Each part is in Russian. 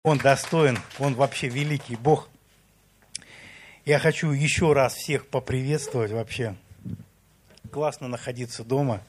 Он достоин, Он вообще великий Бог. Я хочу еще раз всех поприветствовать вообще. Классно находиться дома.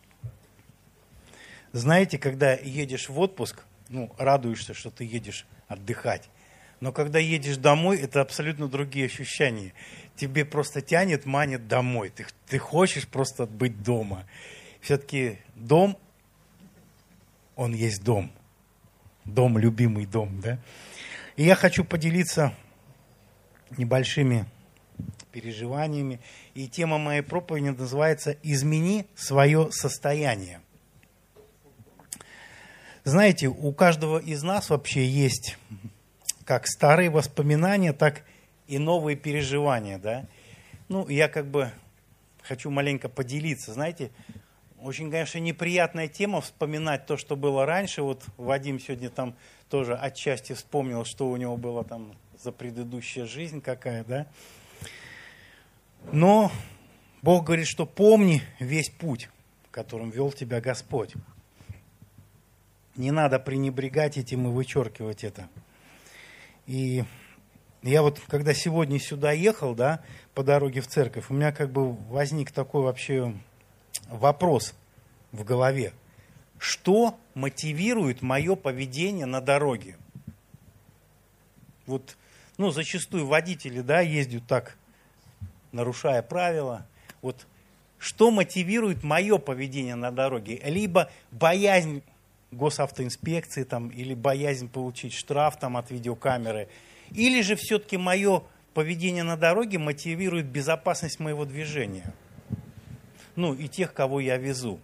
Знаете, когда едешь в отпуск, радуешься, что ты едешь отдыхать. Но когда едешь домой, это абсолютно другие ощущения. Тебе просто тянет, манит домой. Ты хочешь просто быть дома. Все-таки дом, он есть дом. Дом, любимый дом, да? И я хочу поделиться небольшими переживаниями. И тема моей проповеди называется «Измени свое состояние». Знаете, у каждого из нас вообще есть как старые воспоминания, так и новые переживания, да? Я хочу маленько поделиться. Знаете, очень, конечно, неприятная тема вспоминать то, что было раньше. Вот Вадим сегодня там тоже отчасти вспомнил, что у него было там за предыдущая жизнь какая, да? Но Бог говорит, что помни весь путь, которым вел тебя Господь. Не надо пренебрегать этим и вычеркивать это. И я вот, когда сегодня сюда ехал, да, по дороге в церковь, у меня возник такой вообще вопрос в голове. Что мотивирует мое поведение на дороге? Зачастую водители, да, ездят так, нарушая правила. Вот что мотивирует мое поведение на дороге? Либо боязнь госавтоинспекции там, или боязнь получить штраф там, от видеокамеры, или же все-таки мое поведение на дороге мотивирует безопасность моего движения. И тех, кого я везу.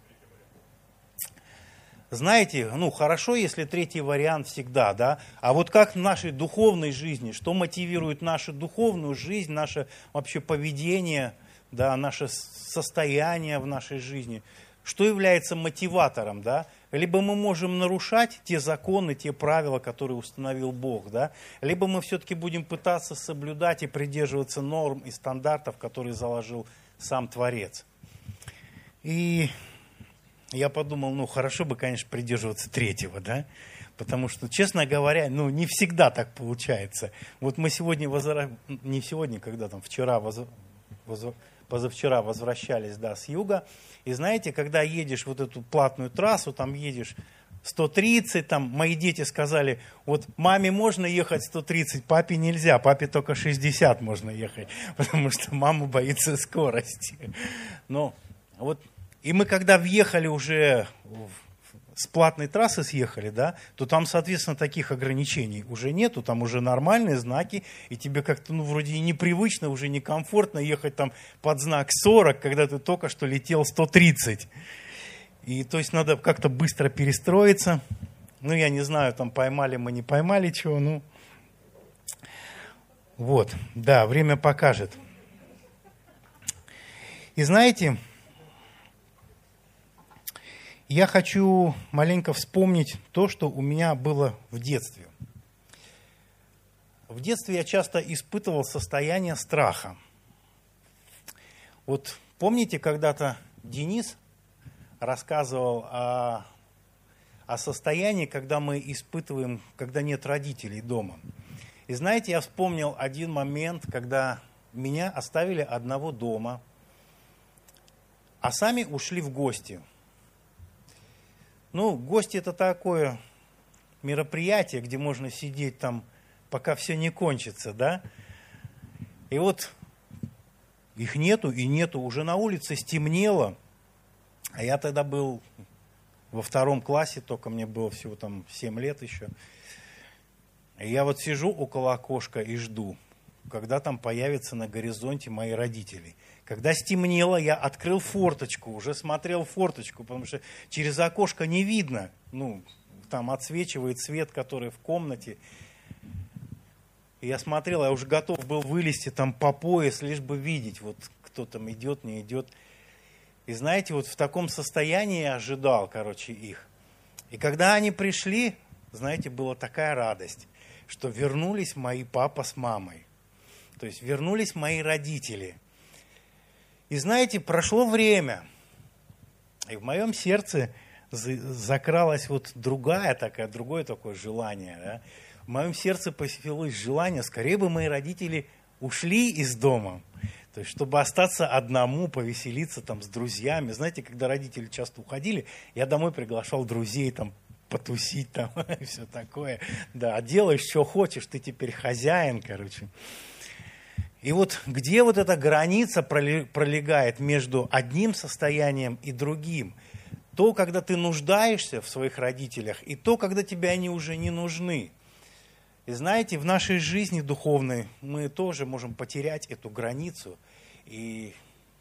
Знаете, хорошо, если третий вариант всегда, да, а вот как в нашей духовной жизни, что мотивирует нашу духовную жизнь, наше вообще поведение, да, наше состояние в нашей жизни, что является мотиватором, да, либо мы можем нарушать те законы, те правила, которые установил Бог, да, либо мы все-таки будем пытаться соблюдать и придерживаться норм и стандартов, которые заложил сам Творец. И я подумал, хорошо бы, конечно, придерживаться третьего, да, потому что, честно говоря, не всегда так получается. Вот мы сегодня, не сегодня, когда там позавчера возвращались, да, с юга, и знаете, когда едешь вот эту платную трассу, там едешь 130, там мои дети сказали, вот маме можно ехать 130, папе нельзя, папе только 60 можно ехать, потому что мама боится скорости. И мы когда въехали уже с платной трассы съехали, да, то там, соответственно, таких ограничений уже нету, там уже нормальные знаки, и тебе как-то, вроде и непривычно, уже некомфортно ехать там под знак 40, когда ты только что летел 130. И то есть надо как-то быстро перестроиться. Я не знаю, там поймали мы, не поймали чего, Вот, да, время покажет. И знаете, я хочу маленько вспомнить то, что у меня было в детстве. В детстве я часто испытывал состояние страха. Вот помните, когда-то Денис рассказывал о состоянии, когда мы испытываем, когда нет родителей дома. И знаете, я вспомнил один момент, когда меня оставили одного дома, а сами ушли в гости. Гости это такое мероприятие, где можно сидеть там, пока все не кончится, да? И вот их нету, уже на улице стемнело, а я тогда был во 2 классе, только мне было всего там 7 лет еще. И я вот сижу около окошка и жду, когда там появятся на горизонте мои родители. Когда стемнело, я открыл форточку, уже смотрел в форточку, потому что через окошко не видно. Там отсвечивает свет, который в комнате. И я смотрел, я уже готов был вылезти там по пояс, лишь бы видеть, вот кто там идет, не идет. И знаете, вот в таком состоянии я ожидал, их. И когда они пришли, знаете, была такая радость, что вернулись мои папа с мамой. То есть вернулись мои родители. И знаете, прошло время, и в моем сердце закралось другое такое желание. Да? в моем сердце появилось желание, скорее бы мои родители ушли из дома. То есть, чтобы остаться одному, повеселиться там с друзьями. Знаете, когда родители часто уходили, я домой приглашал друзей там потусить там и все такое. Да, делаешь, что хочешь, ты теперь хозяин, короче. И вот где вот эта граница пролегает между одним состоянием и другим? То, когда ты нуждаешься в своих родителях, и то, когда тебе они уже не нужны. И знаете, в нашей жизни духовной мы тоже можем потерять эту границу. И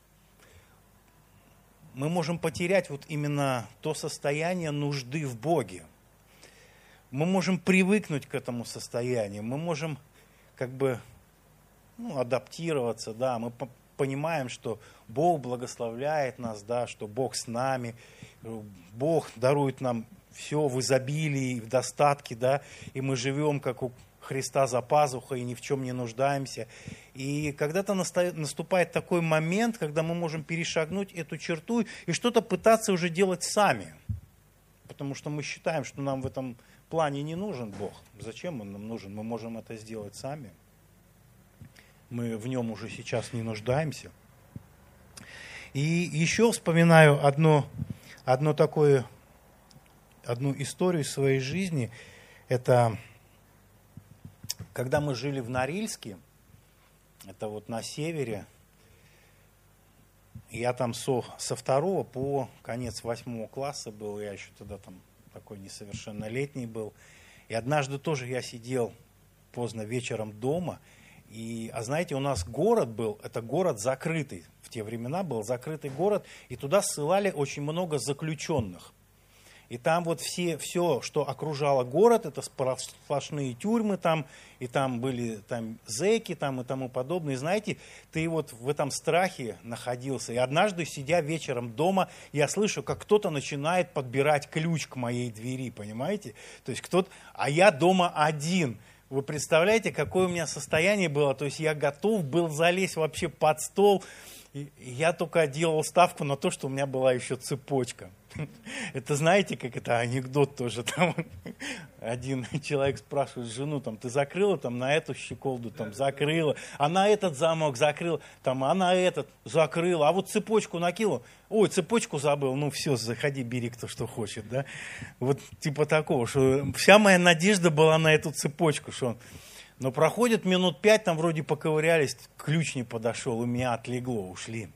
мы можем потерять вот именно то состояние нужды в Боге. Мы можем привыкнуть к этому состоянию, мы можем как бы адаптироваться, да, мы понимаем, что Бог благословляет нас, да, что Бог с нами, Бог дарует нам все в изобилии, в достатке, да, и мы живем как у Христа за пазухой и ни в чем не нуждаемся. И когда-то наступает такой момент, когда мы можем перешагнуть эту черту и что-то пытаться уже делать сами. Потому что мы считаем, что нам в этом плане не нужен Бог. Зачем Он нам нужен? Мы можем это сделать сами. Мы в нем уже сейчас не нуждаемся. И еще вспоминаю одну историю из своей жизни. Это когда мы жили в Норильске, это вот на севере, я там со 2 по конец 8 класса был, я еще тогда там такой несовершеннолетний был. И однажды тоже я сидел поздно вечером дома, а знаете, у нас город был, это город закрытый, в те времена был закрытый город, и туда ссылали очень много заключенных. И там вот все, что окружало город, это сплошные тюрьмы там, и там были там зэки там, и тому подобное. И знаете, ты вот в этом страхе находился. И однажды, сидя вечером дома, я слышу, как кто-то начинает подбирать ключ к моей двери, понимаете? То есть а я дома один. Вы представляете, какое у меня состояние было? То есть я готов был залезть вообще под стол. И я только делал ставку на то, что у меня была еще цепочка. Это знаете, как это анекдот тоже. Там один человек спрашивает жену, там, ты закрыла там, на эту щеколду, там, закрыла, а на этот замок закрыла, там, а на этот закрыла, а вот цепочку накинула. Ой, цепочку забыл, ну все, заходи, бери кто что хочет. Да? Вот типа такого, что вся моя надежда была на эту цепочку, что но проходит минут 5, там вроде поковырялись, ключ не подошел, у меня отлегло, ушли.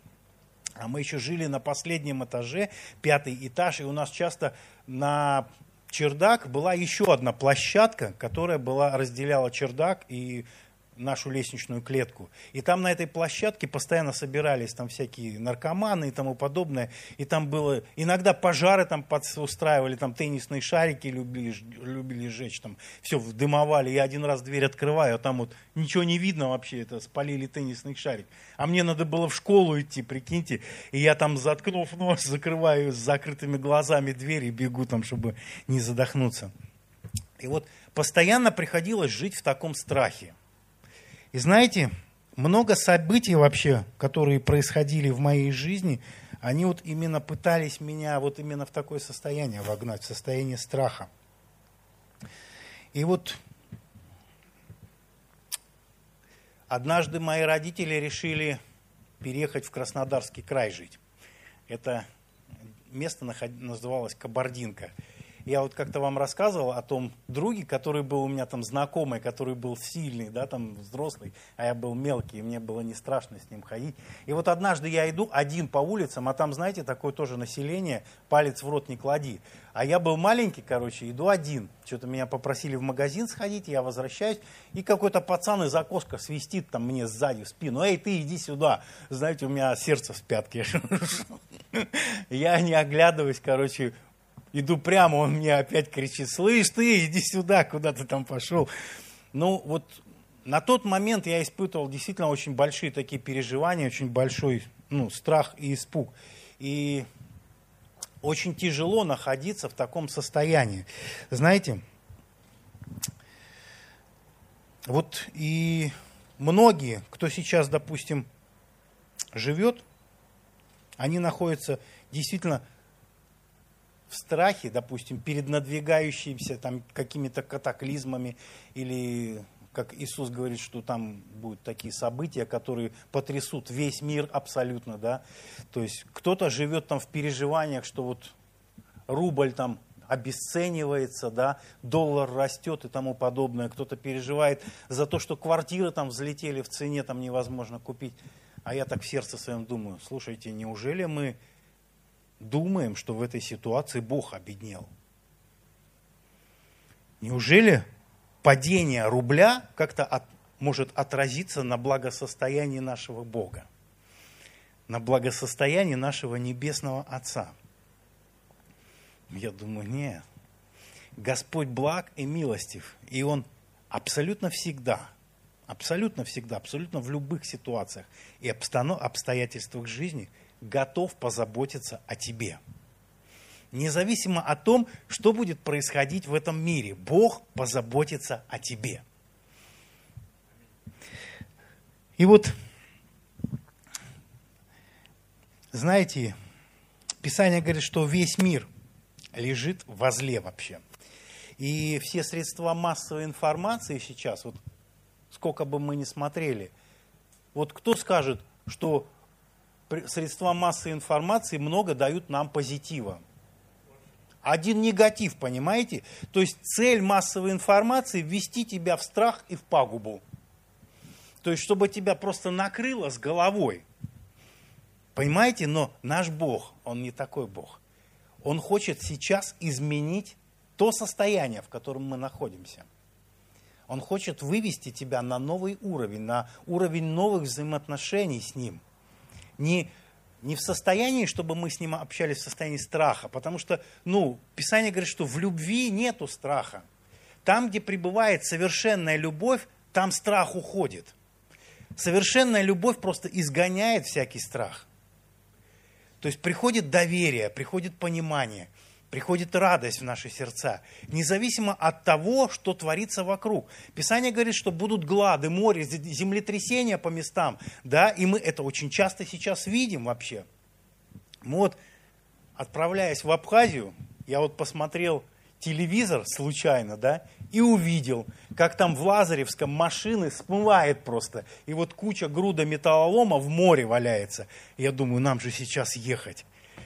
А мы еще жили на последнем этаже, 5-й этаж, и у нас часто на чердак была еще одна площадка, которая разделяла чердак и нашу лестничную клетку. И там на этой площадке постоянно собирались там всякие наркоманы и тому подобное. И там было, иногда пожары там устраивали, там теннисные шарики любили сжечь, там все дымовали. Я один раз дверь открываю, а там вот ничего не видно вообще, это спалили теннисный шарик. А мне надо было в школу идти, прикиньте. И я там, заткнув нос, закрываю с закрытыми глазами дверь и бегу там, чтобы не задохнуться. И вот постоянно приходилось жить в таком страхе. И знаете, много событий вообще, которые происходили в моей жизни, они вот именно пытались меня вот именно в такое состояние вогнать, в состояние страха. И вот однажды мои родители решили переехать в Краснодарский край жить. Это место называлось Кабардинка. Я вот как-то вам рассказывал о том друге, который был у меня там знакомый, который был сильный, да, там взрослый, а я был мелкий, и мне было не страшно с ним ходить. И вот однажды я иду один по улицам, а там, знаете, такое тоже население, палец в рот не клади. А я был маленький, короче, иду один. Что-то меня попросили в магазин сходить, я возвращаюсь, и какой-то пацан из окошка свистит там мне сзади в спину. Эй, ты иди сюда. Знаете, у меня сердце в пятке. Я не оглядываюсь, короче, иду прямо, он мне опять кричит: слышь ты, иди сюда, куда ты там пошел. Ну вот на тот момент я испытывал действительно очень большие такие переживания, очень большой страх и испуг. И очень тяжело находиться в таком состоянии. Знаете, вот и многие, кто сейчас, допустим, живет, они находятся действительно в страхе, допустим, перед надвигающимися там какими-то катаклизмами, или, как Иисус говорит, что там будут такие события, которые потрясут весь мир абсолютно, да. То есть кто-то живет там в переживаниях, что вот рубль там обесценивается, да, доллар растет и тому подобное. Кто-то переживает за то, что квартиры там взлетели в цене, там невозможно купить. А я так в сердце своем думаю, слушайте, неужели мы думаем, что в этой ситуации Бог обеднел? Неужели падение рубля как-то может отразиться на благосостоянии нашего Бога, на благосостоянии нашего Небесного Отца? Я думаю, нет. Господь благ и милостив, и Он абсолютно всегда, абсолютно в любых ситуациях и обстоятельствах жизни готов позаботиться о тебе. Независимо от том, что будет происходить в этом мире, Бог позаботится о тебе. И вот, знаете, Писание говорит, что весь мир лежит возле вообще. И все средства массовой информации сейчас, вот сколько бы мы ни смотрели, вот кто скажет, что средства массовой информации много дают нам позитива? Один негатив, понимаете? То есть цель массовой информации – ввести тебя в страх и в пагубу. То есть чтобы тебя просто накрыло с головой. Понимаете? Но наш Бог, Он не такой Бог. Он хочет сейчас изменить то состояние, в котором мы находимся. Он хочет вывести тебя на новый уровень, на уровень новых взаимоотношений с Ним. Не в состоянии, чтобы мы с Ним общались в состоянии страха, потому что, Писание говорит, что в любви нету страха. Там, где пребывает совершенная любовь, там страх уходит. Совершенная любовь просто изгоняет всякий страх. То есть приходит доверие, приходит понимание, приходит радость в наши сердца, независимо от того, что творится вокруг. Писание говорит, что будут глады, море, землетрясения по местам, да, и мы это очень часто сейчас видим вообще. Мы вот, отправляясь в Абхазию, я вот посмотрел телевизор случайно, да, и увидел, как там в Лазаревском машины смывает просто. И вот куча, груда металлолома в море валяется. Я думаю, нам же сейчас ехать.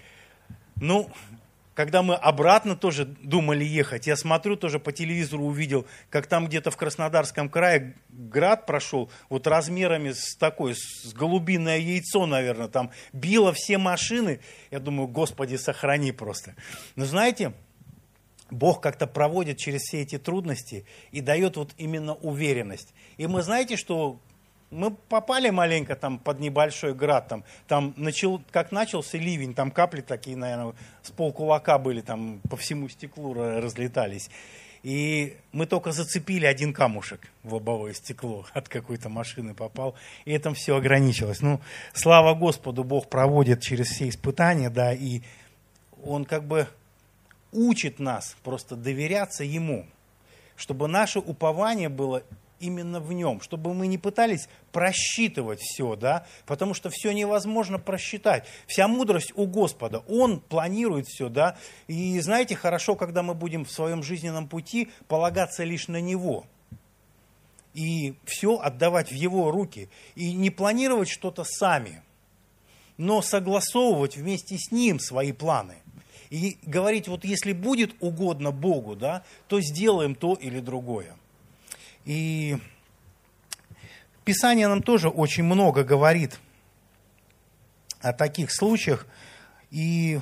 Когда мы обратно тоже думали ехать, я смотрю, тоже по телевизору увидел, как там где-то в Краснодарском крае град прошел, вот размерами с голубиное яйцо, наверное, там било все машины. Я думаю, Господи, сохрани просто. Но знаете, Бог как-то проводит через все эти трудности и дает вот именно уверенность. И мы, знаете, что мы попали маленько там под небольшой град, как начался ливень, там капли такие, наверное, с полкулака были, там по всему стеклу разлетались. И мы только зацепили один камушек в лобовое стекло, от какой-то машины попал, и этим все ограничилось. Слава Господу, Бог проводит через все испытания, да, и Он как бы учит нас просто доверяться Ему, чтобы наше упование было именно в Нем, чтобы мы не пытались просчитывать все, да, потому что все невозможно просчитать. Вся мудрость у Господа, Он планирует все, да, и знаете, хорошо, когда мы будем в своем жизненном пути полагаться лишь на Него и все отдавать в Его руки, и не планировать что-то сами, но согласовывать вместе с Ним свои планы. И говорить, вот если будет угодно Богу, да, то сделаем то или другое. И Писание нам тоже очень много говорит о таких случаях. И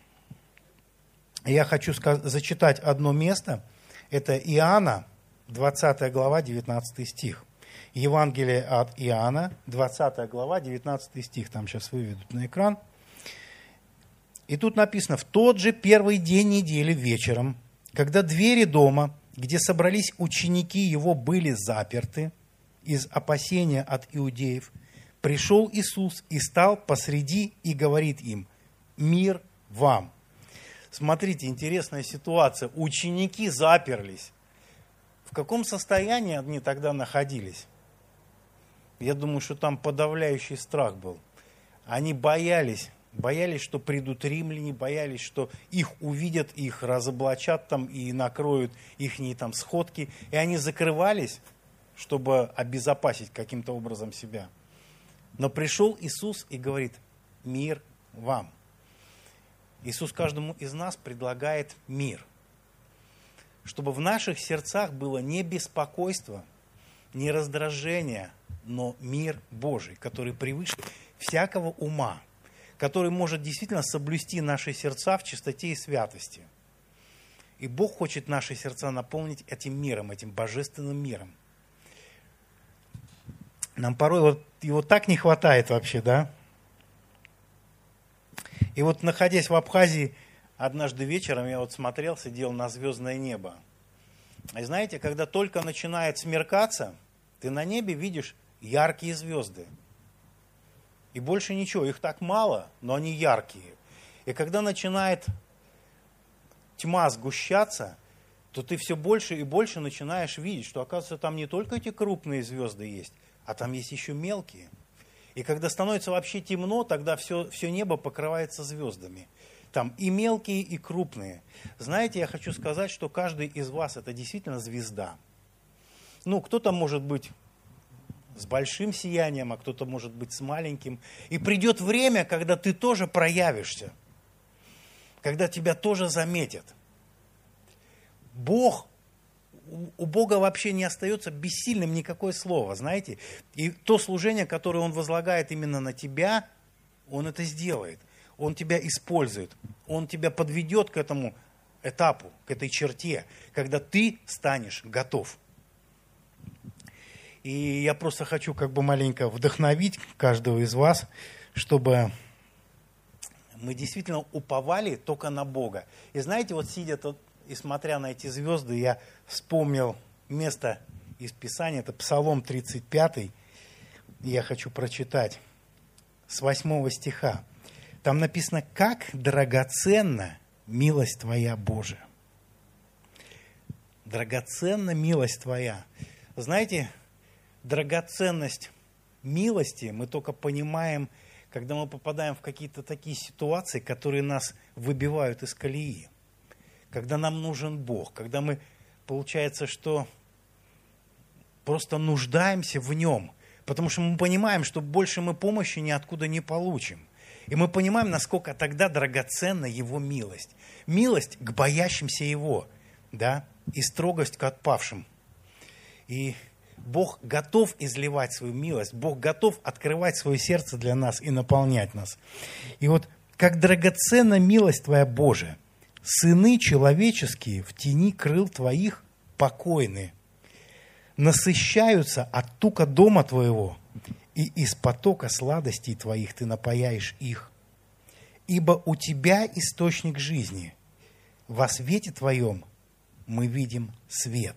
я хочу зачитать одно место. Это Иоанна, 20 глава, 19 стих. Евангелие от Иоанна, 20 глава, 19 стих. Там сейчас выведут на экран. И тут написано: в тот же первый день недели вечером, когда двери дома, где собрались ученики его, были заперты из опасения от иудеев, пришел Иисус и стал посреди и говорит им: мир вам. Смотрите, интересная ситуация. Ученики заперлись. В каком состоянии они тогда находились? Я думаю, что там подавляющий страх был. Они боялись Боялись, что придут римляне, боялись, что их увидят, их разоблачат там и накроют ихние там сходки. И они закрывались, чтобы обезопасить каким-то образом себя. Но пришел Иисус и говорит: мир вам. Иисус каждому из нас предлагает мир. Чтобы в наших сердцах было не беспокойство, не раздражение, но мир Божий, который превыше всякого ума, который может действительно соблюсти наши сердца в чистоте и святости. И Бог хочет наши сердца наполнить этим миром, этим божественным миром. Нам порой вот его так не хватает вообще, да? И вот, находясь в Абхазии, однажды вечером я вот смотрел, сидел на звездное небо. И знаете, когда только начинает смеркаться, ты на небе видишь яркие звезды. И больше ничего, их так мало, но они яркие. И когда начинает тьма сгущаться, то ты все больше и больше начинаешь видеть, что, оказывается, там не только эти крупные звезды есть, а там есть еще мелкие. И когда становится вообще темно, тогда все небо покрывается звездами. Там и мелкие, и крупные. Знаете, я хочу сказать, что каждый из вас это действительно звезда. Ну, кто-то может быть с большим сиянием, а кто-то может быть с маленьким. И придет время, когда ты тоже проявишься, когда тебя тоже заметят. У Бога вообще не остается бессильным никакое слово, знаете. И то служение, которое Он возлагает именно на тебя, Он это сделает. Он тебя использует. Он тебя подведет к этому этапу, к этой черте, когда ты станешь готов. И я просто хочу как бы маленько вдохновить каждого из вас, чтобы мы действительно уповали только на Бога. И знаете, вот сидя тут и смотря на эти звезды, я вспомнил место из Писания, это Псалом 35, и я хочу прочитать с 8 стиха. Там написано: «Как драгоценна милость Твоя, Боже». Драгоценна милость Твоя. Знаете, драгоценность милости мы только понимаем, когда мы попадаем в какие-то такие ситуации, которые нас выбивают из колеи. Когда нам нужен Бог, когда мы, получается, что просто нуждаемся в Нем, потому что мы понимаем, что больше мы помощи ниоткуда не получим. И мы понимаем, насколько тогда драгоценна Его милость. Милость к боящимся Его, да, и строгость к отпавшим. И Бог готов изливать свою милость, Бог готов открывать свое сердце для нас и наполнять нас. И вот как драгоценна милость Твоя, Боже, сыны человеческие в тени крыл Твоих покойны, насыщаются от тука дома Твоего, и из потока сладостей Твоих Ты напояешь их. Ибо у Тебя источник жизни, во свете Твоем мы видим свет».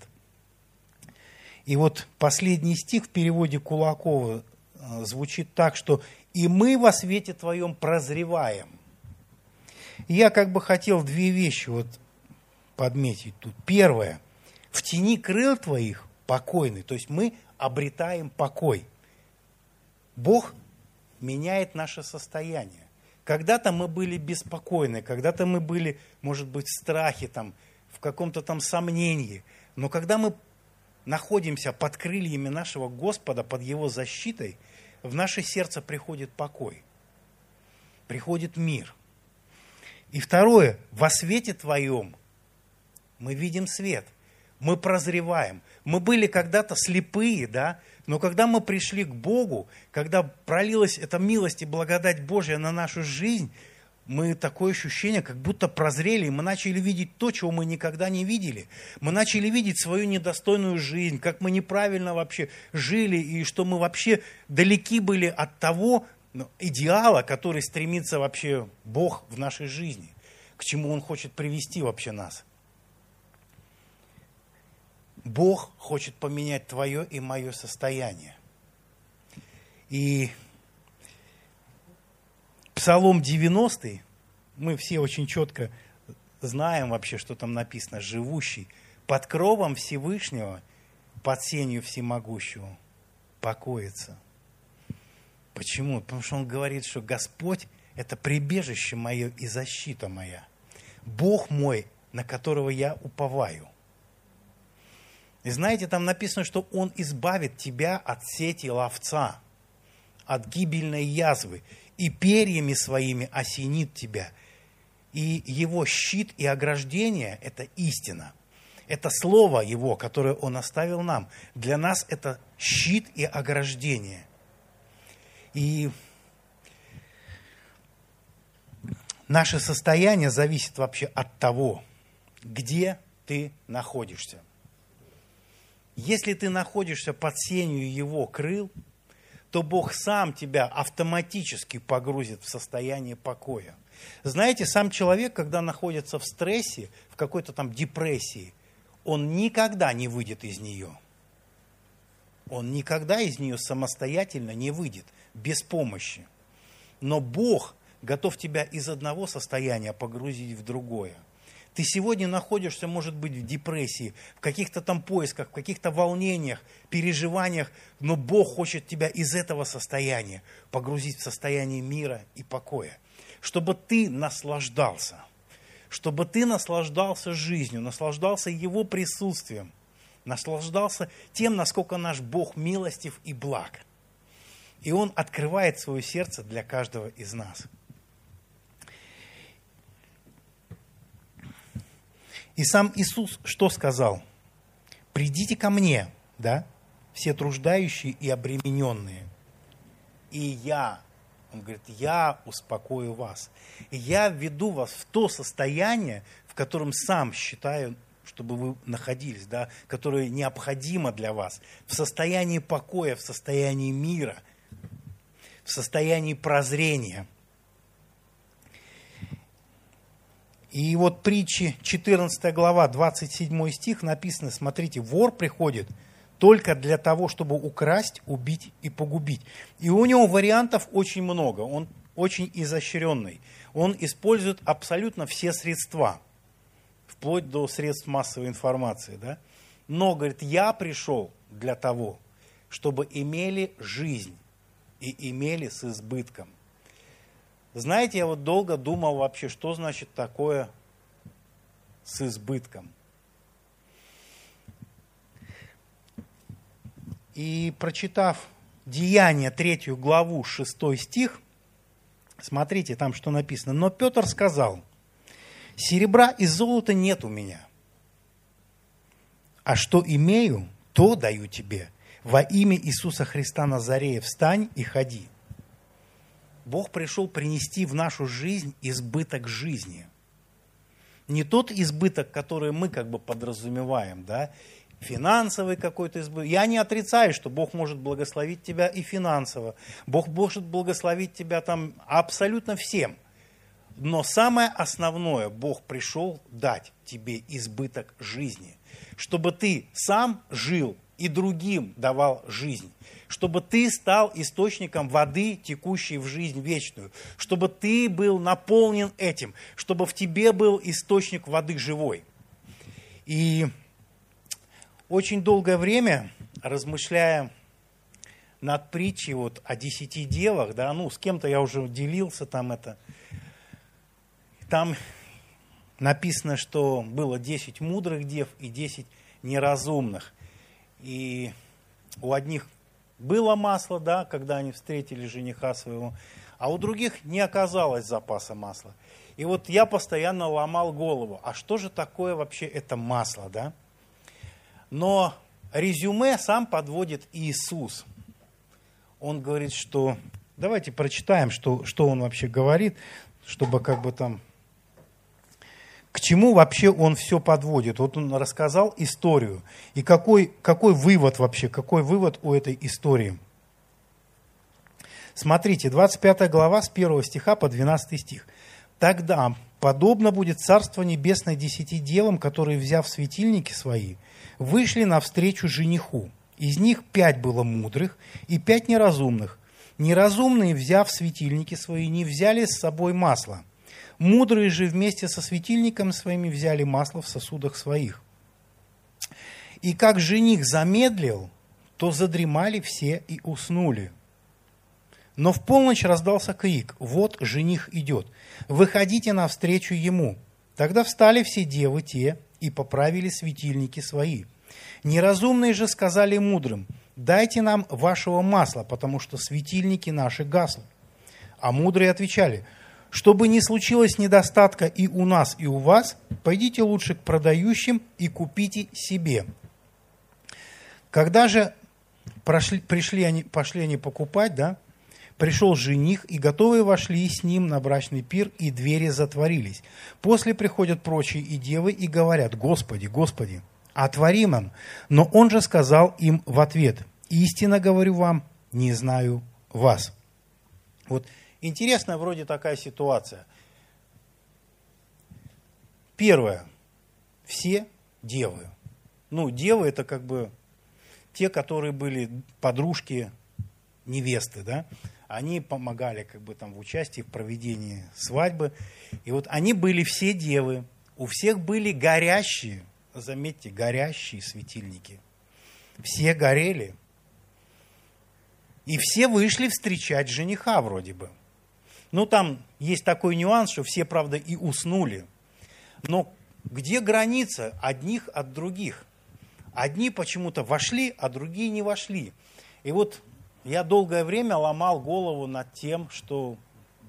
И вот последний стих в переводе Кулакова звучит так, что «и мы во свете Твоем прозреваем». И я как бы хотел две вещи вот подметить тут. Первое. В тени крыл Твоих покойны, то есть мы обретаем покой. Бог меняет наше состояние. Когда-то мы были беспокойны, когда-то мы были, может быть, в страхе, там, в каком-то там сомнении. Но когда мы находимся под крыльями нашего Господа, под Его защитой, в наше сердце приходит покой, приходит мир. И второе, во свете Твоем мы видим свет, мы прозреваем. Мы были когда-то слепые, да, но когда мы пришли к Богу, когда пролилась эта милость и благодать Божья на нашу жизнь, мы такое ощущение, как будто прозрели, и мы начали видеть то, чего мы никогда не видели. Мы начали видеть свою недостойную жизнь, как мы неправильно вообще жили, и что мы вообще далеки были от того идеала, который стремится вообще Бог в нашей жизни, к чему Он хочет привести вообще нас. Бог хочет поменять твое и мое состояние. И Псалом 90, мы все очень четко знаем вообще, что там написано: «Живущий под кровом Всевышнего, под сенью Всемогущего покоится». Почему? Потому что он говорит, что Господь это прибежище мое и защита моя. Бог мой, на которого я уповаю. И знаете, там написано, что Он избавит тебя от сети ловца, от гибельной язвы, и перьями своими осенит тебя. И Его щит и ограждение – это истина. Это Слово Его, которое Он оставил нам. Для нас это щит и ограждение. И наше состояние зависит вообще от того, где ты находишься. Если ты находишься под сенью Его крыл, то Бог сам тебя автоматически погрузит в состояние покоя. Знаете, сам человек, когда находится в стрессе, в какой-то там депрессии, он никогда не выйдет из нее. Он никогда из нее самостоятельно не выйдет, без помощи. Но Бог готов тебя из одного состояния погрузить в другое. Ты сегодня находишься, может быть, в депрессии, в каких-то там поисках, в каких-то волнениях, переживаниях, но Бог хочет тебя из этого состояния погрузить в состояние мира и покоя, чтобы ты наслаждался жизнью, наслаждался Его присутствием, наслаждался тем, насколько наш Бог милостив и благ. И Он открывает свое сердце для каждого из нас. И сам Иисус что сказал? «Придите ко мне, да, все труждающие и обремененные, и я», Он говорит, «я успокою вас, и я введу вас в то состояние, в котором сам считаю, чтобы вы находились, да, которое необходимо для вас, в состоянии покоя, в состоянии мира, в состоянии прозрения». И вот притчи 14 глава, 27 стих написано, смотрите, вор приходит только для того, чтобы украсть, убить и погубить. И у него вариантов очень много, он очень изощренный. Он использует абсолютно все средства, вплоть до средств массовой информации. Да? Но, говорит, я пришел для того, чтобы имели жизнь и имели с избытком. Знаете, я вот долго думал вообще, что значит такое с избытком. И прочитав Деяния 3 главу 6 стих, смотрите, там что написано. «Но Петр сказал, серебра и золота нет у меня, а что имею, то даю тебе. Во имя Иисуса Христа Назарея встань и ходи». Бог пришел принести в нашу жизнь избыток жизни. Не тот избыток, который мы как бы подразумеваем, да, финансовый какой-то избыток. Я не отрицаю, что Бог может благословить тебя и финансово. Бог может благословить тебя там абсолютно всем. Но самое основное, Бог пришел дать тебе избыток жизни, чтобы ты сам жил и другим давал жизнь, чтобы ты стал источником воды, текущей в жизнь вечную, чтобы ты был наполнен этим, чтобы в тебе был источник воды живой. И очень долгое время, размышляя над притчей вот о 10 девах, да, ну, с кем-то я уже делился там написано, что было 10 мудрых дев и 10 неразумных. И у одних было масло, да, когда они встретили жениха своего, а у других не оказалось запаса масла. И вот я постоянно ломал голову, а что же такое вообще это масло, да? Но резюме сам подводит Иисус. Он говорит, что... Давайте прочитаем, что он вообще говорит, чтобы как бы там... К чему вообще он все подводит? Вот он рассказал историю. И какой вывод вообще, какой вывод у этой истории? Смотрите, 25 глава с 1 стиха по 12 стих. «Тогда подобно будет Царство Небесное 10 девам, которые, взяв светильники свои, вышли навстречу жениху. Из них 5 было мудрых и 5 неразумных. Неразумные, взяв светильники свои, не взяли с собой масла. Мудрые же вместе со светильниками своими взяли масло в сосудах своих. И как жених замедлил, то задремали все и уснули. Но в полночь раздался крик: «Вот жених идет! Выходите навстречу ему!» Тогда встали все девы те и поправили светильники свои. Неразумные же сказали мудрым: «Дайте нам вашего масла, потому что светильники наши гаснут». А мудрые отвечали: «Чтобы не случилось недостатка и у нас, и у вас, пойдите лучше к продающим и купите себе». Когда же пошли они покупать, да, пришел жених, и готовые вошли с ним на брачный пир, и двери затворились. После приходят прочие и девы и говорят: «Господи, Господи, отвори нам». Но он же сказал им в ответ: «Истинно говорю вам, не знаю вас». Вот интересная вроде такая ситуация. Первое. Все девы. Ну, девы — это как бы те, которые были подружки невесты, да? Они помогали как бы там в участии в проведении свадьбы. И вот они были все девы. У всех были горящие, заметьте, горящие светильники. Все горели. И все вышли встречать жениха вроде бы. Ну, там есть такой нюанс, что все, правда, и уснули. Но где граница одних от других? Одни почему-то вошли, а другие не вошли. И вот я долгое время ломал голову над тем, что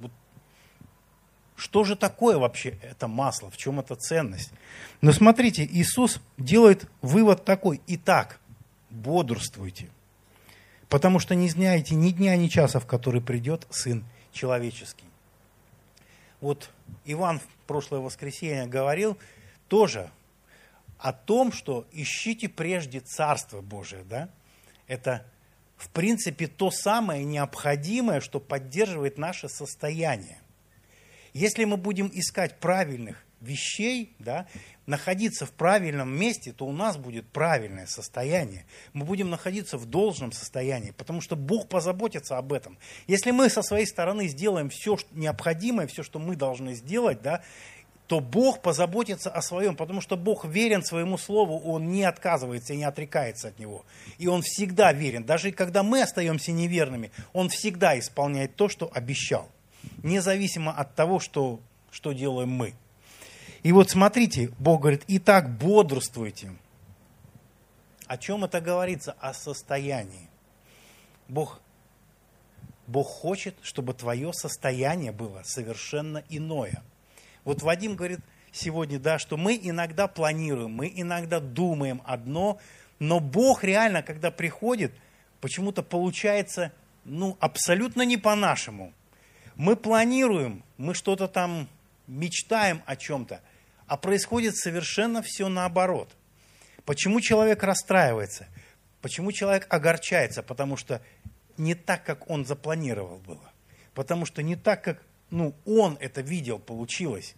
же такое вообще это масло, в чем эта ценность. Но смотрите, Иисус делает вывод такой: итак, бодрствуйте, потому что не знаете ни дня, ни часа, в который придет Сын Человеческий. Вот Иван в прошлое воскресенье говорил тоже о том, что ищите прежде Царство Божие, да? Это, в принципе, то самое необходимое, что поддерживает наше состояние. Если мы будем искать правильных вещей, да, находиться в правильном месте, то у нас будет правильное состояние. Мы будем находиться в должном состоянии, потому что Бог позаботится об этом. Если мы со своей стороны сделаем все необходимое, все, что мы должны сделать, да, то Бог позаботится о своем, потому что Бог верен своему слову, Он не отказывается и не отрекается от него. И Он всегда верен. Даже когда мы остаемся неверными, Он всегда исполняет то, что обещал, независимо от того, что делаем мы. И вот смотрите, Бог говорит: итак, бодрствуйте. О чем это говорится? О состоянии. Бог хочет, чтобы твое состояние было совершенно иное. Вот Вадим говорит сегодня, да, что мы иногда планируем, мы иногда думаем одно, но Бог реально, когда приходит, почему-то получается, абсолютно не по-нашему. Мы планируем, мы что-то там мечтаем о чем-то, а происходит совершенно все наоборот. Почему человек расстраивается? Почему человек огорчается? Потому что не так, как он запланировал было. Потому что не так, как он это видел, получилось.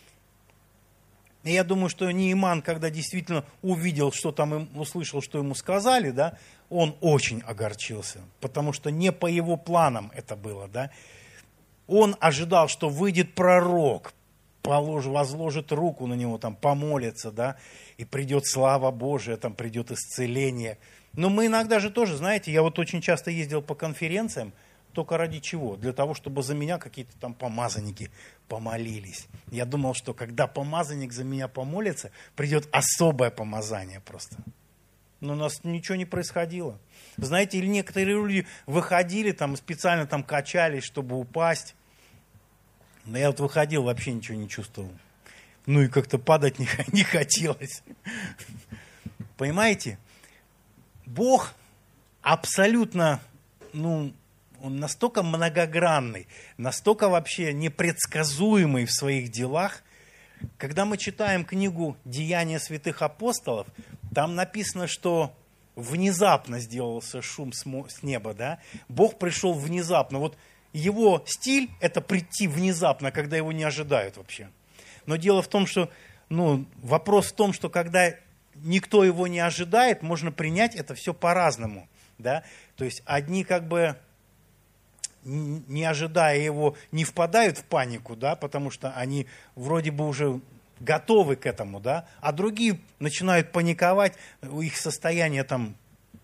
И я думаю, что Нееман, когда действительно увидел, что там услышал, что ему сказали, да, он очень огорчился, потому что не по его планам это было, да. Он ожидал, что выйдет пророк, возложит руку на него, там, помолится, да, и придет слава Божия, там придет исцеление. Но мы иногда же тоже, знаете, я вот очень часто ездил по конференциям, только ради чего? Для того, чтобы за меня какие-то там помазанники помолились. Я думал, что когда помазанник за меня помолится, придет особое помазание просто. Но у нас ничего не происходило. Знаете, или некоторые люди выходили, там специально там качались, чтобы упасть. Но я вот выходил, вообще ничего не чувствовал. И как-то падать не хотелось. Понимаете? Бог абсолютно, Он настолько многогранный, настолько вообще непредсказуемый в своих делах. Когда мы читаем книгу «Деяния святых апостолов», там написано, что внезапно сделался шум с неба, да? Бог пришел внезапно. Вот его стиль – это прийти внезапно, когда его не ожидают вообще. Но дело в том, что, вопрос в том, что когда никто его не ожидает, можно принять это все по-разному, да? То есть одни как бы, не ожидая его, не впадают в панику, да, потому что они вроде бы уже готовы к этому, да, а другие начинают паниковать, их состояние там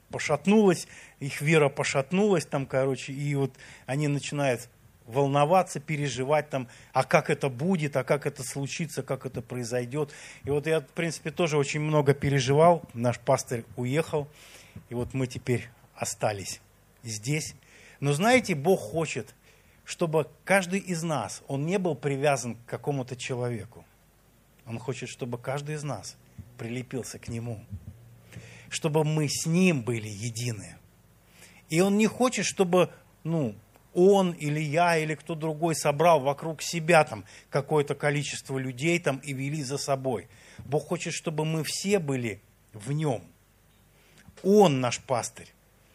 пошатнулось, их вера пошатнулась там, короче, и вот они начинают волноваться, переживать там, а как это будет, а как это случится, как это произойдет. И вот я, в принципе, тоже очень много переживал, наш пастырь уехал, и вот мы теперь остались здесь. Но знаете, Бог хочет, чтобы каждый из нас, он не был привязан к какому-то человеку. Он хочет, чтобы каждый из нас прилепился к Нему, чтобы мы с Ним были едины. И Он не хочет, чтобы, Он или я, или кто другой собрал вокруг себя там какое-то количество людей там и вели за собой. Бог хочет, чтобы мы все были в Нем. Он наш пастырь.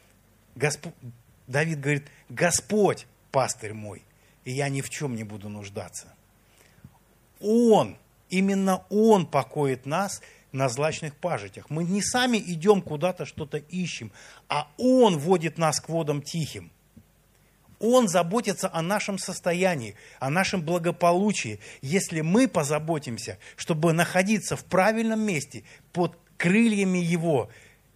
Давид говорит: Господь пастырь мой, и я ни в чем не буду нуждаться. Он, именно Он покоит нас на злачных пажитях. Мы не сами идем куда-то, что-то ищем, а Он водит нас к водам тихим. Он заботится о нашем состоянии, о нашем благополучии, если мы позаботимся, чтобы находиться в правильном месте, под крыльями Его.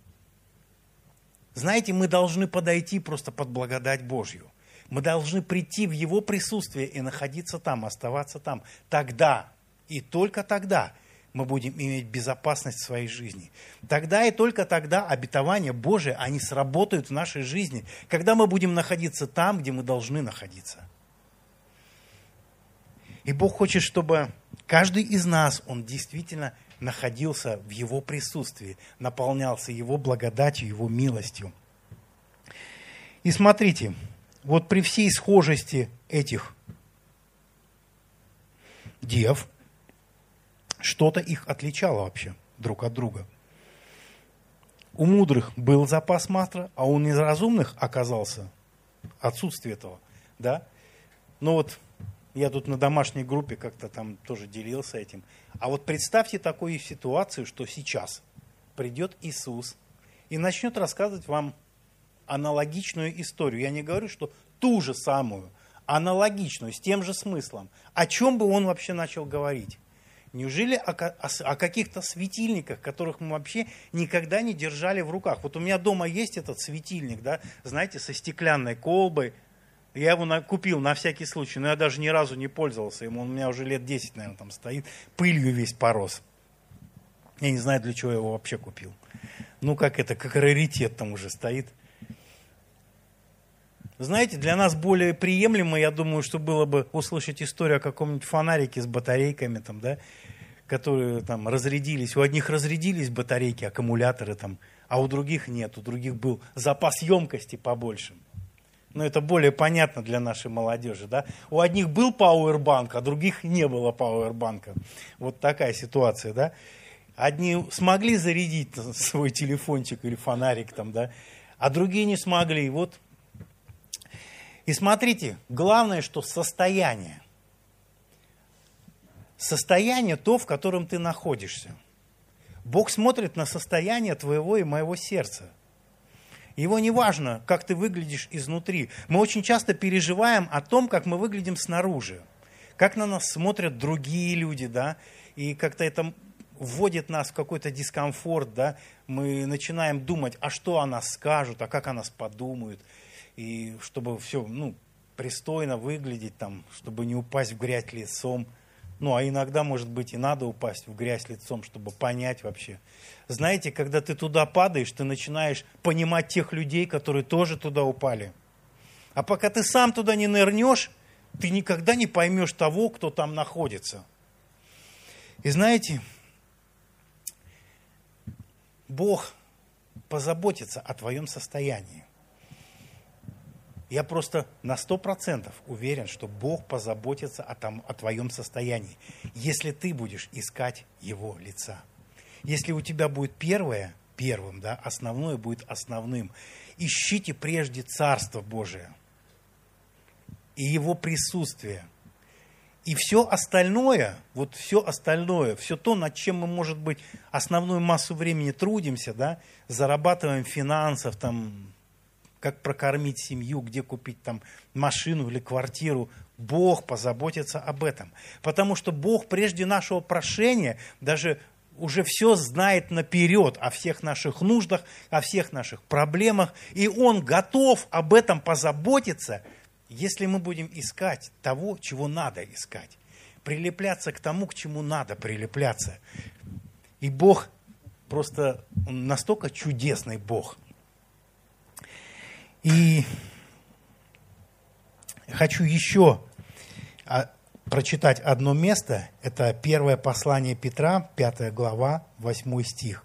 Знаете, мы должны подойти просто под благодать Божью. Мы должны прийти в Его присутствие и находиться там, оставаться там. Тогда, и только тогда мы будем иметь безопасность в своей жизни. Тогда и только тогда обетования Божие, они сработают в нашей жизни, когда мы будем находиться там, где мы должны находиться. И Бог хочет, чтобы каждый из нас, он действительно находился в Его присутствии, наполнялся Его благодатью, Его милостью. И смотрите, вот при всей схожести этих дев, что-то их отличало вообще друг от друга. У мудрых был запас масла, а у неразумных оказался отсутствие этого. Да? Но вот я тут на домашней группе как-то там тоже делился этим. А вот представьте такую ситуацию, что сейчас придет Иисус и начнет рассказывать вам аналогичную историю. Я не говорю, что ту же самую, аналогичную, с тем же смыслом. О чем бы он вообще начал говорить? Неужели о каких-то светильниках, которых мы вообще никогда не держали в руках? Вот у меня дома есть этот светильник, да, знаете, со стеклянной колбой. Я его купил на всякий случай, но я даже ни разу не пользовался им. Он у меня уже лет 10, наверное, там стоит, пылью весь порос. Я не знаю, для чего я его вообще купил. Как раритет там уже стоит. Знаете, для нас более приемлемо, я думаю, что было бы услышать историю о каком-нибудь фонарике с батарейками, там, да, которые там разрядились. У одних разрядились батарейки, аккумуляторы, там, а у других нет. У других был запас емкости побольше. Это более понятно для нашей молодежи. Да? У одних был пауэрбанк, а других не было пауэрбанка. Вот такая ситуация. Да? Одни смогли зарядить свой телефончик или фонарик, там, да, а другие не смогли. И смотрите, главное, что состояние. Состояние то, в котором ты находишься. Бог смотрит на состояние твоего и моего сердца. Его не важно, как ты выглядишь изнутри. Мы очень часто переживаем о том, как мы выглядим снаружи. Как на нас смотрят другие люди, да, и как-то это вводит нас в какой-то дискомфорт, да. Мы начинаем думать, а что о нас скажут, а как о нас подумают. И чтобы все, пристойно выглядеть, там, чтобы не упасть в грязь лицом. А иногда, может быть, и надо упасть в грязь лицом, чтобы понять вообще. Знаете, когда ты туда падаешь, ты начинаешь понимать тех людей, которые тоже туда упали. А пока ты сам туда не нырнешь, ты никогда не поймешь того, кто там находится. И знаете, Бог позаботится о твоем состоянии. Я просто на 100% уверен, что Бог позаботится о твоем состоянии, если ты будешь искать Его лица. Если у тебя будет первое первым, да, основное будет основным. Ищите прежде Царство Божие и Его присутствие. И все остальное, все то, над чем мы, может быть, основную массу времени трудимся, да, зарабатываем финансов, там, как прокормить семью, где купить там машину или квартиру. Бог позаботится об этом. Потому что Бог прежде нашего прошения, даже уже все знает наперед о всех наших нуждах, о всех наших проблемах, и Он готов об этом позаботиться, если мы будем искать того, чего надо искать, прилепляться к тому, к чему надо прилепляться. И Бог просто, Он настолько чудесный Бог. И хочу еще прочитать одно место. Это первое послание Петра, 5 глава, 8 стих.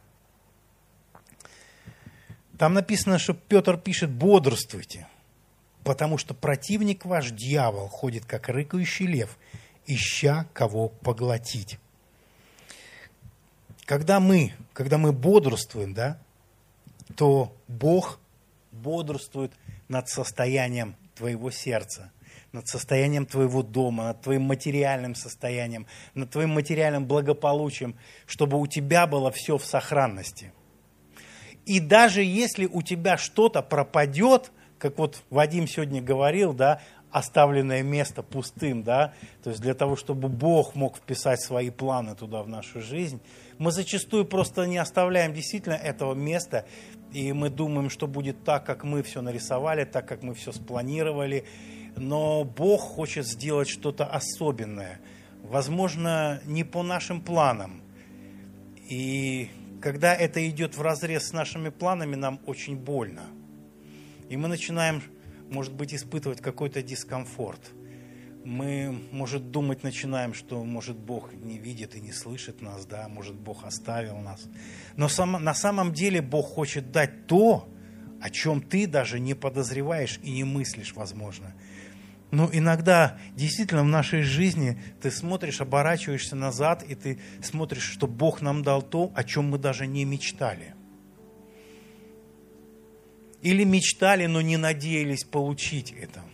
Там написано, что Петр пишет: «Бодрствуйте, потому что противник ваш, дьявол, ходит, как рыкающий лев, ища кого поглотить». Когда мы бодрствуем, да, то Бог бодрствует над состоянием твоего сердца, над состоянием твоего дома, над твоим материальным состоянием, над твоим материальным благополучием, чтобы у тебя было все в сохранности. И даже если у тебя что-то пропадет, как вот Вадим сегодня говорил, да, оставленное место пустым, да, то есть для того, чтобы Бог мог вписать свои планы туда в нашу жизнь, мы зачастую просто не оставляем действительно этого места, и мы думаем, что будет так, как мы все нарисовали, так, как мы все спланировали, но Бог хочет сделать что-то особенное, возможно, не по нашим планам. И когда это идет вразрез с нашими планами, нам очень больно. И мы начинаем, может быть, испытывать какой-то дискомфорт. Мы, может, думать начинаем, что, может, Бог не видит и не слышит нас, да, может, Бог оставил нас. Но на самом деле Бог хочет дать то, о чем ты даже не подозреваешь и не мыслишь, возможно. Но иногда действительно в нашей жизни ты смотришь, оборачиваешься назад, и ты смотришь, что Бог нам дал то, о чем мы даже не мечтали. Или мечтали, но не надеялись получить это.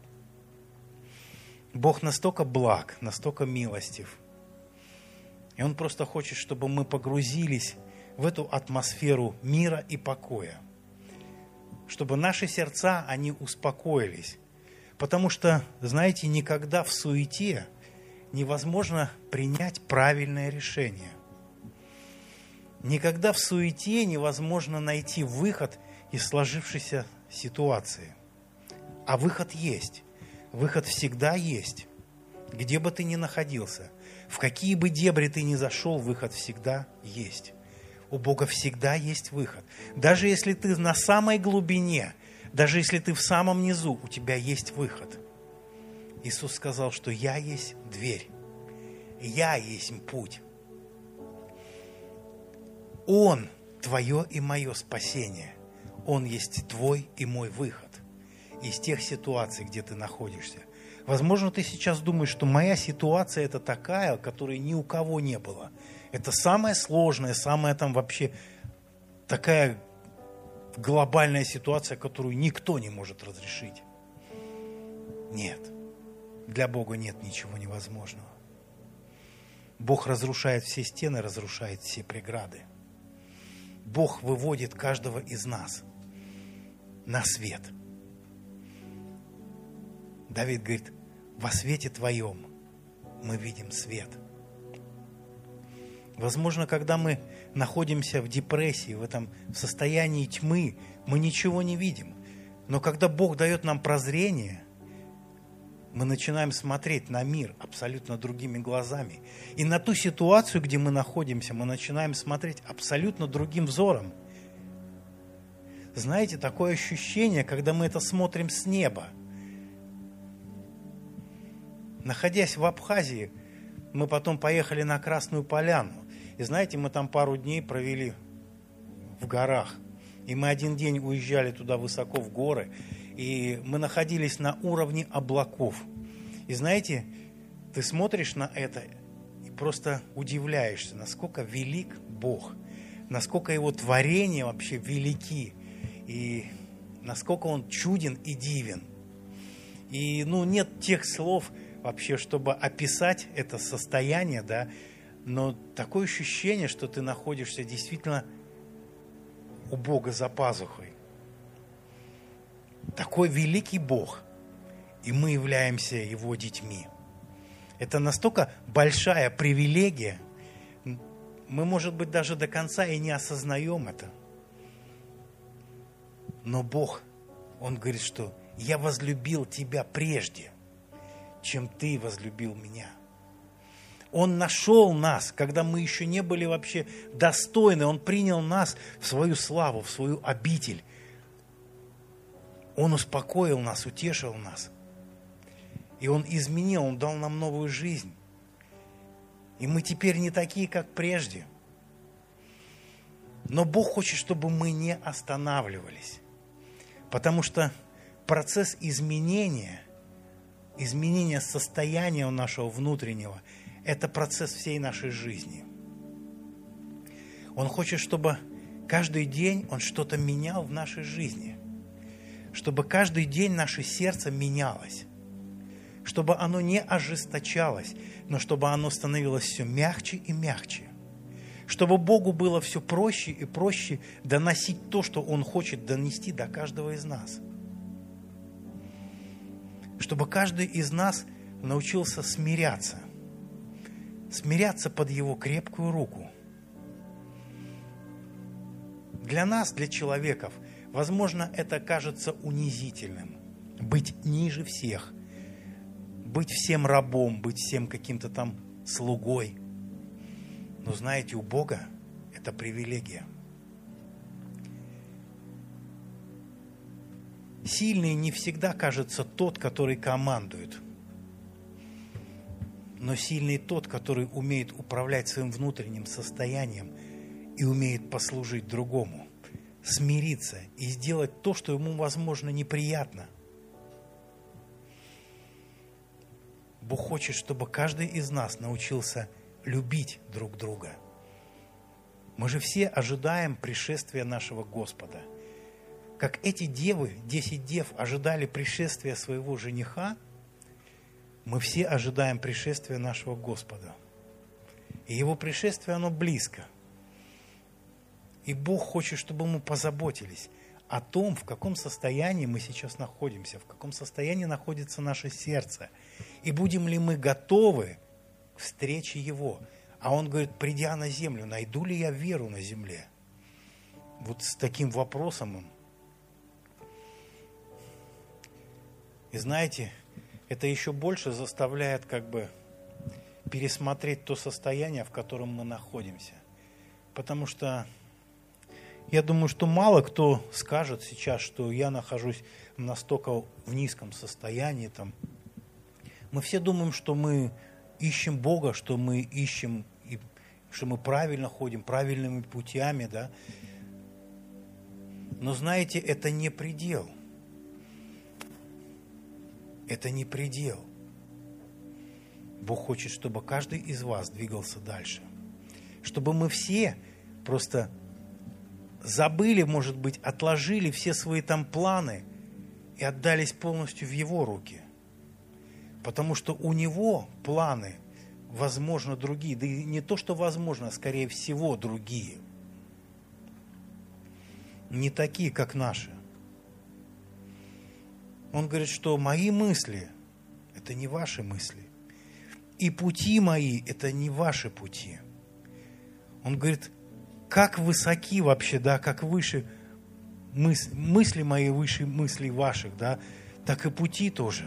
Бог настолько благ, настолько милостив. И Он просто хочет, чтобы мы погрузились в эту атмосферу мира и покоя. Чтобы наши сердца, они успокоились. Потому что, знаете, никогда в суете невозможно принять правильное решение. Никогда в суете невозможно найти выход из сложившейся ситуации. А выход есть. Выход всегда есть. Где бы ты ни находился, в какие бы дебри ты ни зашел, выход всегда есть. У Бога всегда есть выход. Даже если ты на самой глубине, даже если ты в самом низу, у тебя есть выход. Иисус сказал, что «Я есть дверь, Я есть путь». Он твое и мое спасение. Он есть твой и мой выход из тех ситуаций, где ты находишься. Возможно, ты сейчас думаешь, что моя ситуация это такая, которой ни у кого не было. Это самая сложная, самая там вообще такая глобальная ситуация, которую никто не может разрешить. Нет. Для Бога нет ничего невозможного. Бог разрушает все стены, разрушает все преграды. Бог выводит каждого из нас на свет. Давид говорит: во свете Твоем мы видим свет. Возможно, когда мы находимся в депрессии, в состоянии тьмы, мы ничего не видим. Но когда Бог дает нам прозрение, мы начинаем смотреть на мир абсолютно другими глазами. И на ту ситуацию, где мы находимся, мы начинаем смотреть абсолютно другим взором. Знаете, такое ощущение, когда мы это смотрим с неба. Находясь в Абхазии, мы потом поехали на Красную Поляну. И знаете, мы там пару дней провели в горах. И мы один день уезжали туда высоко в горы. И мы находились на уровне облаков. И знаете, ты смотришь на это и просто удивляешься, насколько велик Бог. Насколько Его творения вообще велики. И насколько Он чуден и дивен. И нет тех слов вообще, чтобы описать это состояние, да, но такое ощущение, что ты находишься действительно у Бога за пазухой. Такой великий Бог, и мы являемся Его детьми. Это настолько большая привилегия Мы, может быть, даже до конца и не осознаем это. Но Бог, Он говорит, что я возлюбил тебя прежде, чем ты возлюбил меня. Он нашел нас, когда мы еще не были вообще достойны. Он принял нас в свою славу, в свою обитель. Он успокоил нас, утешил нас. И Он изменил, Он дал нам новую жизнь. И мы теперь не такие, как прежде. Но Бог хочет, чтобы мы не останавливались. Потому что процесс изменения состояния нашего внутреннего, это процесс всей нашей жизни. Он хочет, чтобы каждый день Он что-то менял в нашей жизни. Чтобы каждый день наше сердце менялось. Чтобы оно не ожесточалось, но чтобы оно становилось все мягче и мягче. Чтобы Богу было все проще и проще доносить то, что Он хочет донести до каждого из нас. Чтобы каждый из нас научился смиряться. Смиряться под Его крепкую руку. Для нас, для человеков, возможно, это кажется унизительным. Быть ниже всех. Быть всем рабом, быть всем каким-то там слугой. Но знаете, у Бога это привилегия. Сильный не всегда кажется тот, который командует. Но сильный тот, который умеет управлять своим внутренним состоянием и умеет послужить другому, смириться и сделать то, что ему, возможно, неприятно. Бог хочет, чтобы каждый из нас научился любить друг друга. Мы же все ожидаем пришествия нашего Господа. Как эти девы, 10 дев, ожидали пришествия своего жениха, мы все ожидаем пришествия нашего Господа. И Его пришествие, оно близко. И Бог хочет, чтобы мы позаботились о том, в каком состоянии мы сейчас находимся, в каком состоянии находится наше сердце. И будем ли мы готовы к встрече Его. А Он говорит, придя на землю, найду ли я веру на земле? Вот с таким вопросом. И знаете, это еще больше заставляет как бы пересмотреть то состояние, в котором мы находимся. Потому что я думаю, что мало кто скажет сейчас, что я нахожусь настолько в низком состоянии. Там. Мы все думаем, что мы ищем Бога, что мы ищем, что мы правильно ходим, правильными путями, да. Но знаете, это не предел. Это не предел. Бог хочет, чтобы каждый из вас двигался дальше. Чтобы мы все просто забыли, может быть, отложили все свои там планы и отдались полностью в Его руки. Потому что у Него планы, возможно, другие. Да и не то, что возможно, а скорее всего другие. Не такие, как наши. Он говорит, что мои мысли – это не ваши мысли. И пути мои – это не ваши пути. Он говорит, как высоки вообще, да, как выше мысли мои выше мыслей ваших, да, так и пути тоже.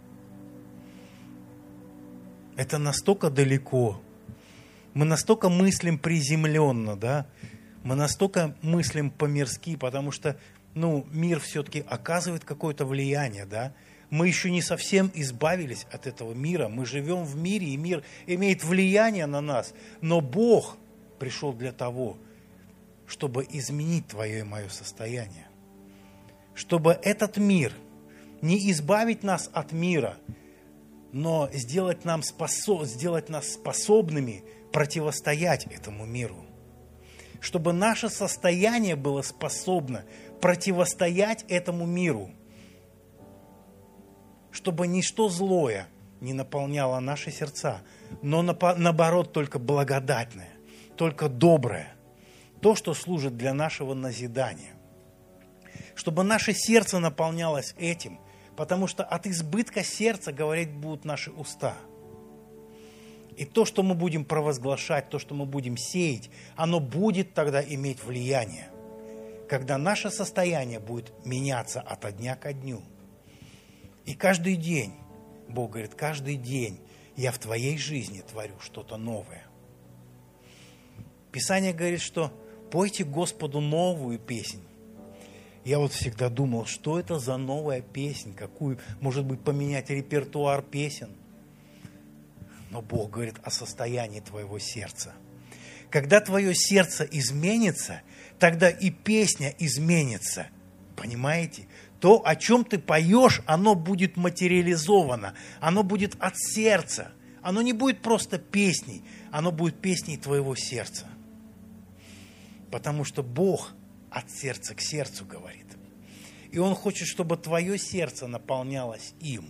Это настолько далеко. Мы настолько мыслим приземленно, да, мы настолько мыслим по-мирски, потому что, мир все-таки оказывает какое-то влияние, да. Мы еще не совсем избавились от этого мира. Мы живем в мире, и мир имеет влияние на нас. Но Бог пришел для того, чтобы изменить твое и мое состояние. Чтобы этот мир, не избавить нас от мира, но сделать нас способными противостоять этому миру. Чтобы наше состояние было способно противостоять этому миру. Чтобы ничто злое не наполняло наши сердца, но наоборот только благодатное, только доброе. То, что служит для нашего назидания. Чтобы наше сердце наполнялось этим, потому что от избытка сердца говорить будут наши уста. И то, что мы будем провозглашать, то, что мы будем сеять, оно будет тогда иметь влияние, когда наше состояние будет меняться от дня ко дню. И каждый день, Бог говорит, каждый день я в твоей жизни творю что-то новое. Писание говорит, что пойте Господу новую песнь. Я вот всегда думал, что это за новая песнь, какую, может быть, поменять репертуар песен. Но Бог говорит о состоянии твоего сердца. Когда твое сердце изменится, тогда и песня изменится. Понимаете? То, о чем ты поешь, оно будет материализовано, оно будет от сердца. Оно не будет просто песней, оно будет песней твоего сердца. Потому что Бог от сердца к сердцу говорит. И Он хочет, чтобы твое сердце наполнялось им.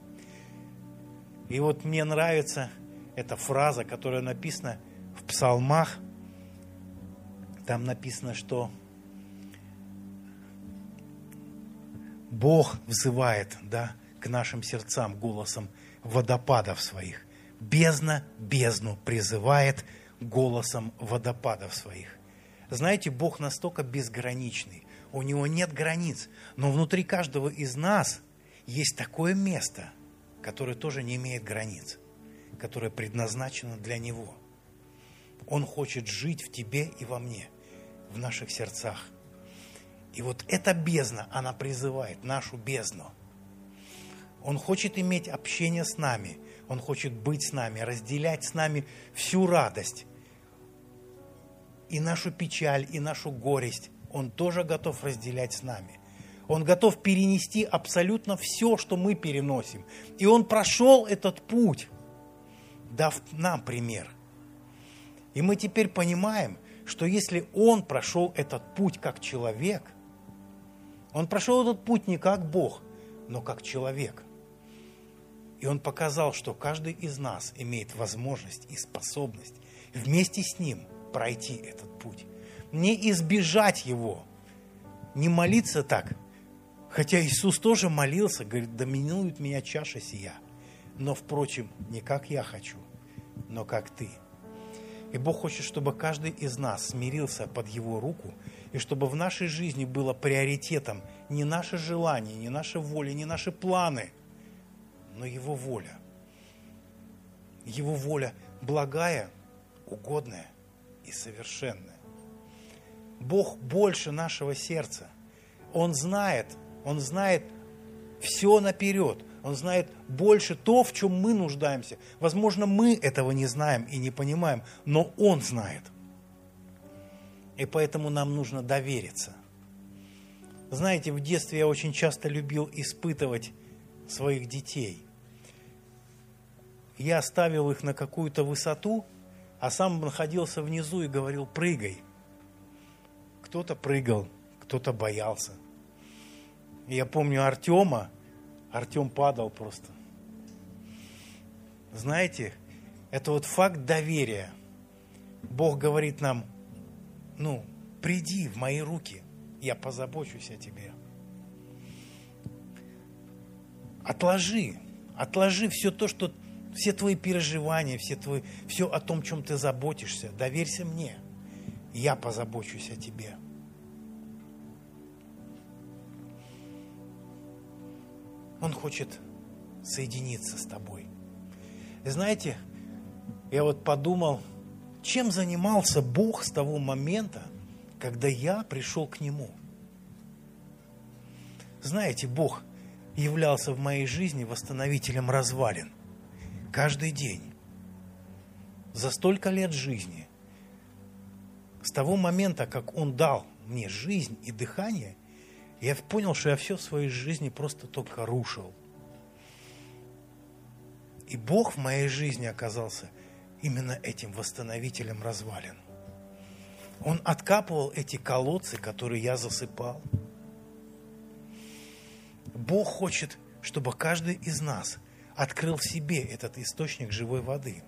И вот мне нравится эта фраза, которая написана в Псалмах. Там написано, что Бог взывает, к нашим сердцам голосом водопадов своих. Бездна бездну призывает голосом водопадов своих. Знаете, Бог настолько безграничный, у Него нет границ, но внутри каждого из нас есть такое место, которое тоже не имеет границ, которое предназначено для Него. Он хочет жить в тебе и во мне, в наших сердцах. И вот эта бездна, она призывает нашу бездну. Он хочет иметь общение с нами, Он хочет быть с нами, разделять с нами всю радость, и нашу печаль, и нашу горесть. Он тоже готов разделять с нами. Он готов перенести абсолютно все, что мы переносим. И Он прошел этот путь, дав нам пример. И мы теперь понимаем, что если Он прошел этот путь как человек, Он прошел этот путь не как Бог, но как человек. И Он показал, что каждый из нас имеет возможность и способность вместе с Ним пройти этот путь. Не избежать его, не молиться так. Хотя Иисус тоже молился, говорит, да минует меня чаша сия. Но, впрочем, не как я хочу, но как ты. И Бог хочет, чтобы каждый из нас смирился под Его руку, и чтобы в нашей жизни было приоритетом не наше желание, не наша воля, не наши планы, но Его воля. Его воля благая, угодная и совершенная. Бог больше нашего сердца. Он знает все наперед. Он знает больше то, в чем мы нуждаемся. Возможно, мы этого не знаем и не понимаем, но Он знает. И поэтому нам нужно довериться. Знаете, в детстве я очень часто любил испытывать своих детей. Я ставил их на какую-то высоту, а сам находился внизу и говорил: прыгай. Кто-то прыгал, кто-то боялся. И я помню Артема, Артем падал просто. Знаете, это вот факт доверия. Бог говорит нам: приди в мои руки, я позабочусь о тебе. Отложи все то, что все твои переживания, все о том, чем ты заботишься, доверься мне. Я позабочусь о тебе. Он хочет соединиться с тобой. И знаете, я вот подумал, чем занимался Бог с того момента, когда я пришел к Нему. Знаете, Бог являлся в моей жизни восстановителем развалин. Каждый день. За столько лет жизни. С того момента, как Он дал мне жизнь и дыхание, я понял, что я все в своей жизни просто только рушил. И Бог в моей жизни оказался именно этим восстановителем развалин. Он откапывал эти колодцы, которые я засыпал. Бог хочет, чтобы каждый из нас открыл в себе этот источник живой воды.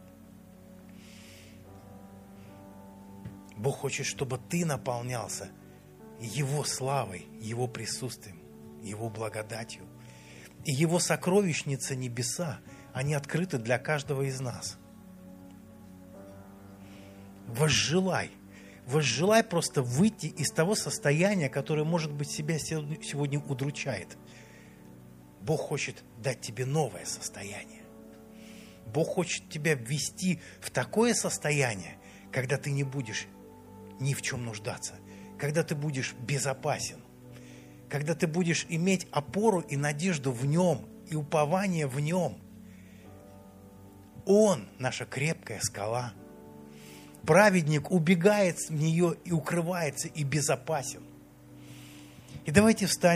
Бог хочет, чтобы ты наполнялся Его славой, Его присутствием, Его благодатью. И Его сокровищница небеса, они открыты для каждого из нас. возжелай. Возжелай просто выйти из того состояния, которое, может быть, себя сегодня удручает. Бог хочет дать тебе новое состояние. Бог хочет тебя ввести в такое состояние, когда ты не будешь ни в чем нуждаться, когда ты будешь безопасен, когда ты будешь иметь опору и надежду в Нем, и упование в Нем. Он – наша крепкая скала. Праведник убегает в нее и укрывается, и безопасен. И давайте встанем.